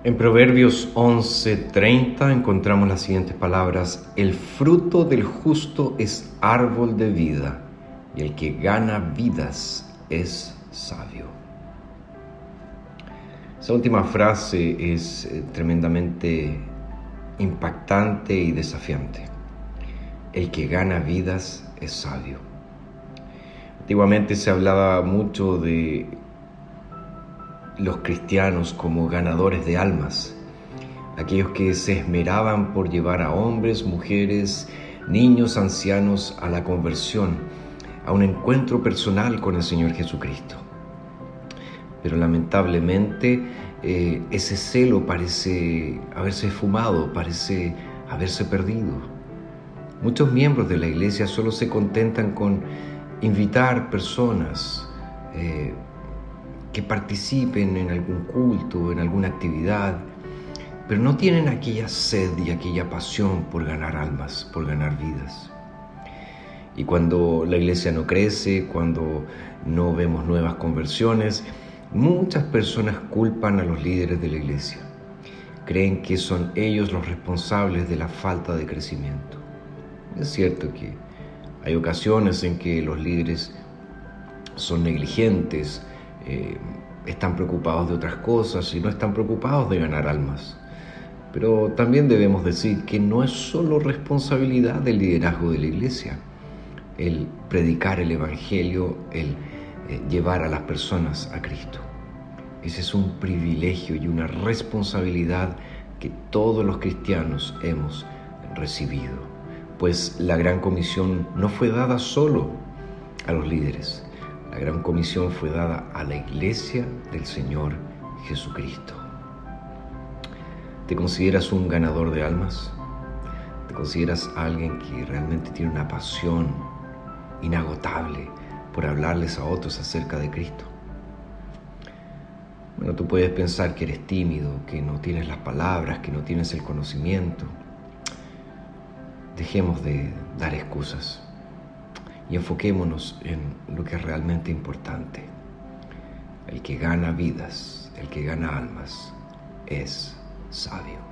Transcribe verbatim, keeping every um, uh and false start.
En Proverbios once treinta encontramos las siguientes palabras: el fruto del justo es árbol de vida, y el que gana vidas es sabio. Esa última frase es eh, tremendamente impactante y desafiante. El que gana vidas es sabio. Antiguamente se hablaba mucho de los cristianos como ganadores de almas, aquellos que se esmeraban por llevar a hombres, mujeres, niños, ancianos a la conversión, a un encuentro personal con el Señor Jesucristo. Pero lamentablemente eh, ese celo parece haberse esfumado, parece haberse perdido. Muchos miembros de la iglesia solo se contentan con invitar personas eh, que participen en algún culto, en alguna actividad, pero no tienen aquella sed y aquella pasión por ganar almas, por ganar vidas. Y cuando la iglesia no crece, cuando no vemos nuevas conversiones, muchas personas culpan a los líderes de la iglesia. Creen que son ellos los responsables de la falta de crecimiento. Es cierto que hay ocasiones en que los líderes son negligentes, eh, están preocupados de otras cosas y no están preocupados de ganar almas. Pero también debemos decir que no es solo responsabilidad del liderazgo de la iglesia el predicar el evangelio, el eh, llevar a las personas a Cristo. Ese es un privilegio y una responsabilidad que todos los cristianos hemos recibido, pues la gran comisión no fue dada solo a los líderes. La gran comisión fue dada a la iglesia del Señor Jesucristo. ¿Te consideras un ganador de almas? ¿Te consideras alguien que realmente tiene una pasión inagotable por hablarles a otros acerca de Cristo? Bueno, tú puedes pensar que eres tímido, que no tienes las palabras, que no tienes el conocimiento. Dejemos de dar excusas y enfoquémonos en lo que es realmente importante. El que gana vidas, el que gana almas, es sabio.